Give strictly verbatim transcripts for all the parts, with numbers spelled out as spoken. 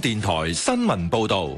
電台新聞報道。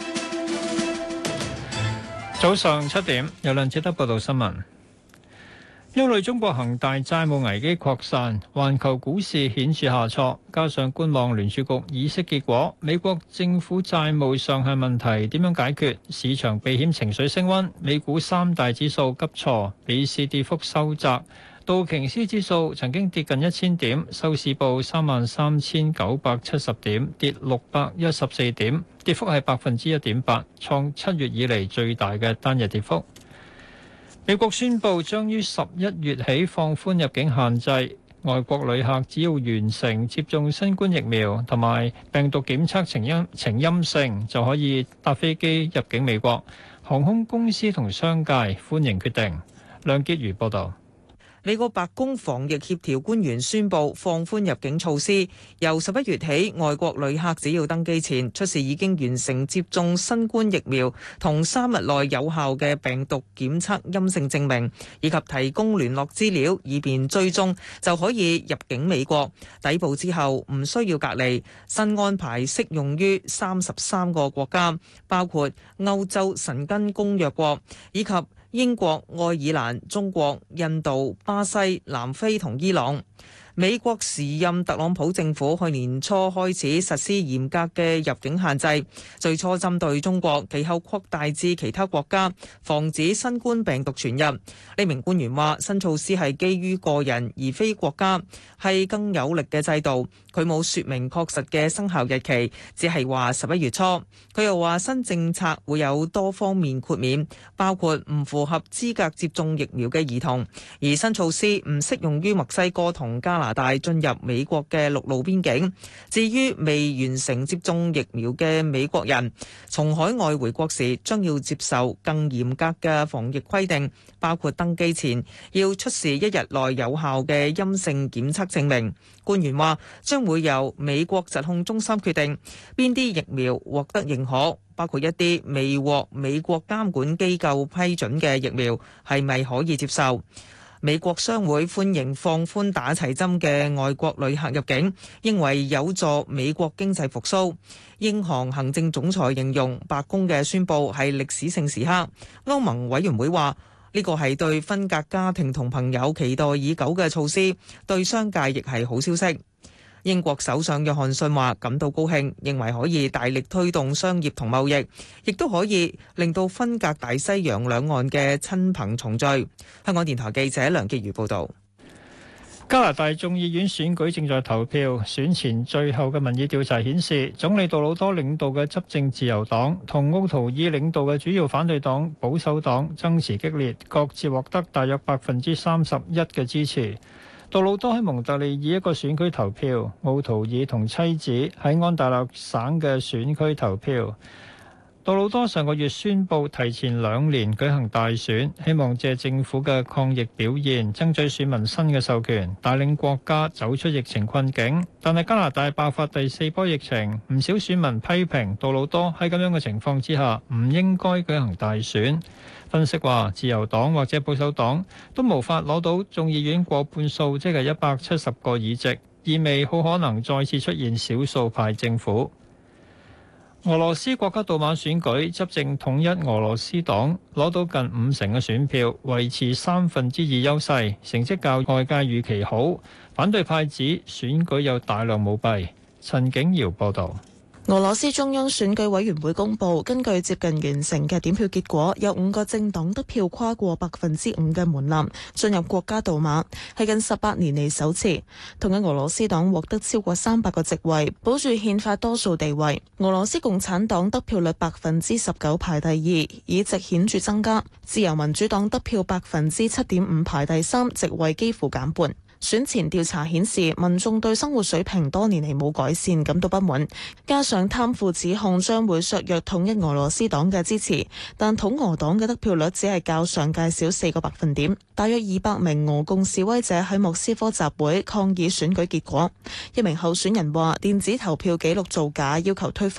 早上七點，有梁志德報道新聞。憂慮中國恒大債務危機擴散，環球股市顯著下挫，加上觀望聯儲局議息結果，美國政府債務上限問題點樣解決，市場避險情緒升溫，美股三大指數急挫，美市跌幅收窄，道瓊斯指數曾經跌近一千點，收市報三萬三千九百七十點，跌六百一十四點，跌幅係百分之一點八，創七月以嚟最大嘅單日跌幅。美國宣布將於十一月起放寬入境限制，外國旅客只要完成接種新冠疫苗同埋病毒檢測呈陰呈陰性，就可以搭飛機入境美國。航空公司同商界歡迎決定。梁潔如報導。 美國白宮防疫協調官員宣布放寬入境措施，由十一月起，外國旅客只要登機前出示已經完成接種新冠疫苗同三日內有效嘅病毒檢測陰性證明，以及提供聯絡資料以便追蹤，就可以入境美國。抵埗之後唔需要隔離。新安排適用於三十三個國家，包括歐洲申根公約國以及英國、愛爾蘭、中國、印度、巴西、南非同伊朗。美國時任特朗普政府去年初開始實施嚴格嘅入境限制，最初針對中國，其後擴大至其他國家，防止新冠病毒傳入。呢名官員話：新措施係基於個人而非國家，係更有力嘅制度。佢冇説明確實嘅生效日期，只係話十一月初。佢又話新政策會有多方面豁免，包括唔符合資格接種疫苗嘅兒童，而新措施唔適用於墨西哥同加拿大進入美國嘅陸路邊境。至於未完成接種疫苗嘅美國人，從海外回國時將要接受更嚴格嘅防疫規定，包括登機前要出示一日內有效嘅陰性檢測證明。官員話將會由美國疾控中心決定邊啲疫苗獲得認可，包括一啲未獲美國監管機構批准嘅疫苗係咪可以接受。美國商會歡迎放寬打齊針嘅外國旅客入境，認為有助美國經濟復甦。英航行政總裁形容白宮嘅宣佈係歷史性時刻。歐盟委員會話呢個係對分隔家庭同朋友期待已久嘅措施，對商界亦係好消息。英國首相約翰遜話感到高興，認為可以大力推動商業同貿易，亦都可以令到分隔大西洋兩岸嘅親朋重聚。香港電台記者梁潔如報導。 加拿大眾議院選舉正在投票，選前最後嘅民意調查顯示，總理杜魯多領導嘅執政自由黨同奧圖爾領導嘅主要反對黨保守黨爭持激烈，各自獲得大約百分之三十一嘅支持。杜魯多喺蒙特利爾一個選區投票，奧圖爾同妻子喺安大略省嘅選區投票。杜魯多上個月宣布提前兩年舉行大選，希望借政府嘅抗疫表現爭取選民新嘅授權，帶領國家走出疫情困境。但係加拿大爆發第四波疫情，唔少選民批評杜魯多喺咁樣嘅情況之下唔應該舉行大選。分析話，自由黨或者保守黨都無法攞到眾議院過半數，即係一百七十個議席，意味好可能再次出現少數派政府。俄羅斯國家杜馬選舉，執政統一俄羅斯黨攞到近五成嘅選票，維持三分之二優勢，成績較外界預期好。反對派指選舉有大量舞弊。陳景堯報導。 俄羅斯中央選舉委員會公佈，根據接近完成嘅點票結果，有五個政黨得票跨過百分之五嘅門檻，進入國家杜馬，係近十八年嚟首次。同一俄羅斯黨獲得超過三百個席位，保住憲法多數地位。俄羅斯共產黨得票率百分之十九，排第二，議席顯著增加。自由民主黨得票百分之七點五，排第三，席位幾乎減半。選前調查顯示，民眾對生活水平多年嚟冇改善感到不滿，加上貪腐指控將會削弱統一俄羅斯黨嘅支持，但統俄黨嘅得票率只係較上屆少四個百分點。大約二百名俄共示威者喺莫斯科集會抗議選舉結果。一名候選人話電子投票記錄造假，要求推翻。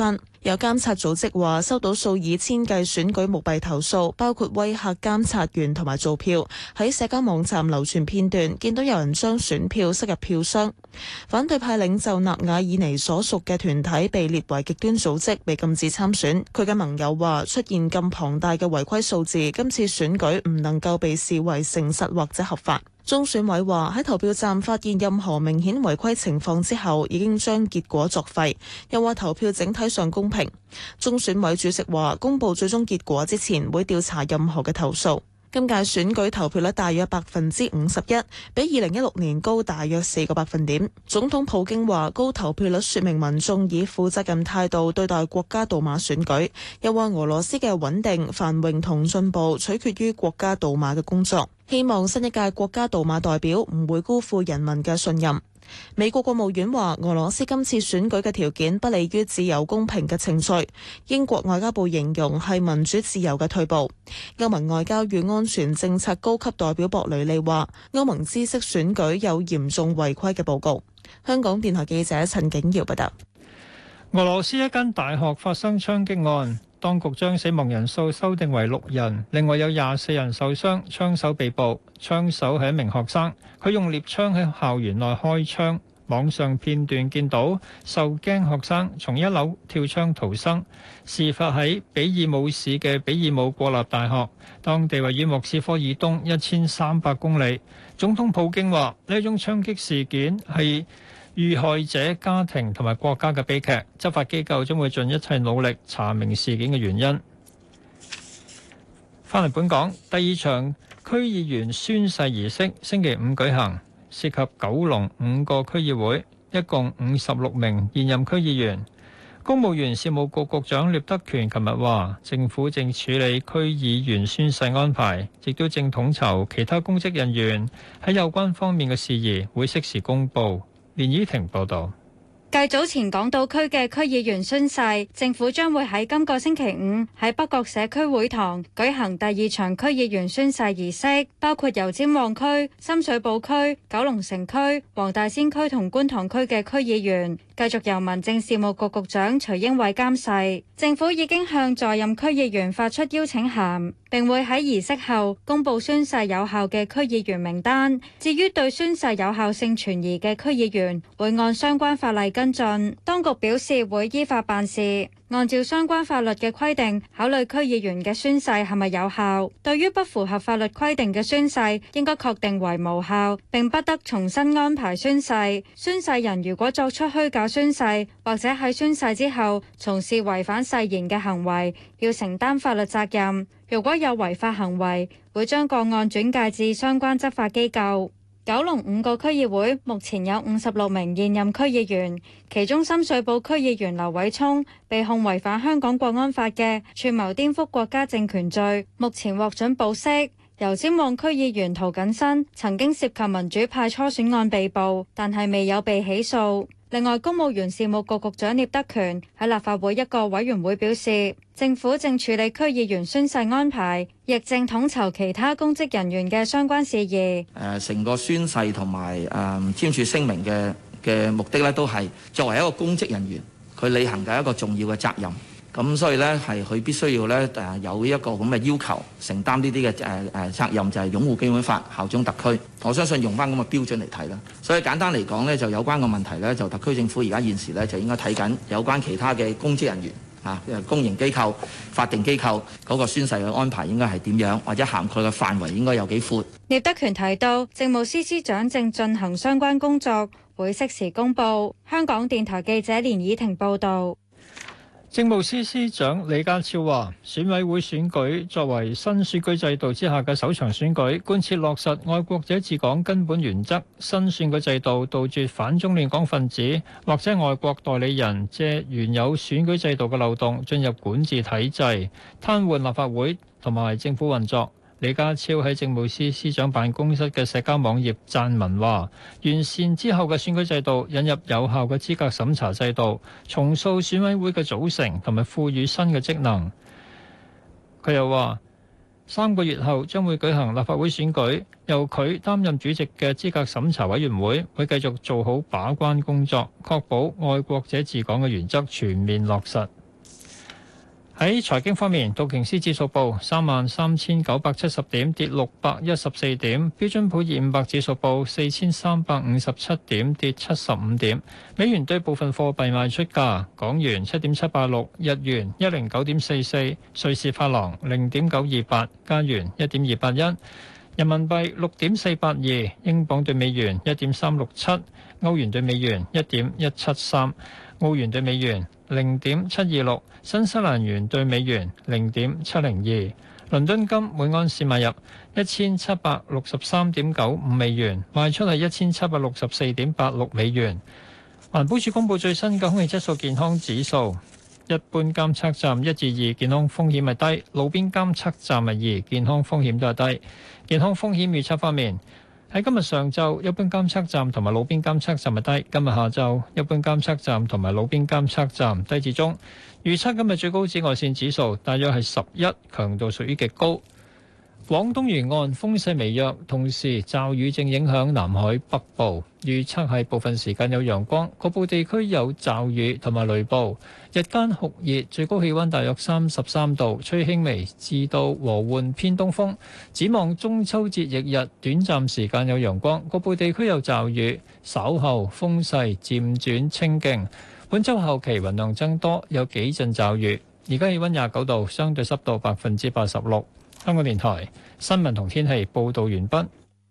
有監察組織話收到數以千計選舉舞弊投訴，包括威嚇監察員同埋造票。喺社交網站流傳片段，見到有人將選票塞入票箱。反對派領袖納瓦爾尼所屬嘅團體被列為極端組織，被禁止參選。佢嘅盟友話出現咁龐大嘅違規數字，今次選舉唔能夠被視為誠實或者合法。中選委話喺投票站發現任何明顯違規情況之後，已經將結果作廢。又話投票整體上公平。中選委主席話，公佈最終結果之前會調查任何嘅投訴。今屆選舉投票率大約百分之五十一，比二零一六年高大約四個百分點。總統普京話，高投票率說明民眾以負責任態度對待國家杜馬選舉。又話俄羅斯嘅穩定、繁榮同進步取決於國家杜馬嘅工作。希望新一屆國家杜馬代表唔會辜負人民嘅信任。美國國務院話，俄羅斯今次選舉嘅條件不利於自由公平嘅程序。英國外交部形容係民主自由嘅退步。歐盟外交與安全政策高級代表博雷利話，歐盟知悉選舉有嚴重違規嘅報告。香港電台記者陳景瑤報道。 俄羅斯一間大學發生槍擊案，當局將死亡人數修訂為六人，另外有廿四人受傷，槍手被捕。槍手係一名學生，佢用獵槍喺校園內開槍。網上片段見到受驚學生從一樓跳窗逃生。事發喺比爾姆市嘅比爾姆國立大學，當地位於莫斯科以東一千三百公里。總統普京話呢宗槍擊事件係遇害者家庭同埋國家嘅悲劇，執法機構將會盡一切努力查明事件嘅原因。翻嚟本港，第二場區議員宣誓儀式星期五舉行，涉及九龍五個區議會，一共五十六名現任區議員。公務員事務局局長聶德權琴日話，政府正處理區議員宣誓安排，亦都正統籌其他公職人員喺有關方面嘅事宜，會適時公佈。連依婷報導。 繼早前港島區嘅區議員宣誓，政府將會喺今個星期五喺北角社區會堂舉行第二場區議員宣誓儀式，包括油尖旺區、深水埗區、九龍城區、黃大仙區同觀塘區嘅區議員，繼續由民政事務局局長徐英偉監誓。政府已經向在任區議員發出邀請函，並會喺儀式後公佈宣誓有效嘅區議員名單。至於對宣誓有效性存疑嘅區議員，會按相關法例跟進。當局表示會依法辦事，按照相關法律嘅規定考慮區議員嘅宣誓係咪有效。對於不符合法律規定嘅宣誓，應該確定為無效，並不得重新安排宣誓。宣誓人如果作出虛假宣誓，或者喺宣誓之後從事違反誓言嘅行為，要承擔法律責任。如果有違法行為，會將個案轉介至相關執法機構。九龍五個區議會目前有五十六名現任區議員，其中深水埗區議員劉偉聰被控違反香港國安法嘅串謀顛覆國家政權罪，目前獲准保釋。油尖旺區議員涂謹申曾經涉及民主派初選案被捕，但係未有被起訴。另外，公務員事務局局長聶德權喺立法會一個委員會表示，政府正處理區議員宣誓安排，亦正統籌其他公職人員嘅相關事宜。 誒，成個宣誓同埋誒簽署聲明嘅嘅目的咧，都係作為一個公職人員，佢履行嘅一個重要嘅責任。咁所以咧，係佢必須要咧誒有一個咁嘅要求，承擔呢啲嘅誒誒責任，就係擁護基本法、效忠特區。我相信用翻咁嘅標準嚟睇啦。所以簡單嚟講咧，就有關嘅問題咧，就特區政府而家現時咧就應該睇緊有關其他嘅公職人員啊，公營機構、法定機構嗰個宣誓嘅安排應該係點樣，或者涵蓋嘅範圍應該有幾闊。 聶德權提到，政務司司長正進行相關工作，會適時公佈。香港電台記者連以婷報導。 政務司司長李家超話，選委會選舉作為新選舉制度之下嘅首場選舉，貫徹落實愛國者治港根本原則。新選舉制度杜絕反中亂港分子或者外國代理人借原有選舉制度嘅漏洞進入管治體制，癱瘓立法會同埋政府運作。李家超喺政務司司長辦公室嘅社交網頁撰文話，完善之後嘅選舉制度，引入有效嘅資格審查制度，重塑選委會嘅組成同埋賦予新嘅職能。佢又話，三個月後將會舉行立法會選舉，由佢擔任主席嘅資格審查委員會會繼續做好把關工作，確保愛國者治港嘅原則全面落實。 喺財經方面，道瓊斯指數報三萬三千九百七十點，跌六百一十四點；標準普爾五百指數報四千三百五十七點，跌七十五點。美元對部分貨幣賣出價：港元七點七八六，日元一零九點四四，瑞士法郎零點九二八，加元一點二八一，人民幣六點四八二，英鎊對美元一點三六七，歐元對美元一點一七三，澳元對美元零點七二六，新西蘭元對美元零點七零二。倫敦金每安士買入一千七百六十三點九五美元，賣出係一千七百六十四點八六美元。環保署公布最新嘅空氣質素健康指數，一般監測站一至二，健康風險係低；路邊監測站係二，健康風險都係低。健康風險預測方面，喺今日上晝，一般監測站同埋路邊監測站係低；今日下晝，一般監測站同埋路邊監測站低至中。預測今日最高紫外線指數大約係十一，強度屬於極高。廣東沿岸風勢微弱，同時驟雨正影響南海北部。預測係部分時間有陽光，局部地區有驟雨同埋雷暴。日間酷熱，最高氣溫大約三十三度，吹輕微至到和緩偏東風。展望中秋節翌日，短暫時間有陽光，局部地區有驟雨，稍後風勢漸轉清勁。本週後期雲量增多，有幾陣驟雨。而家氣溫廿九度，相對濕度百分之八十六。香港電台新聞同天氣報導完畢。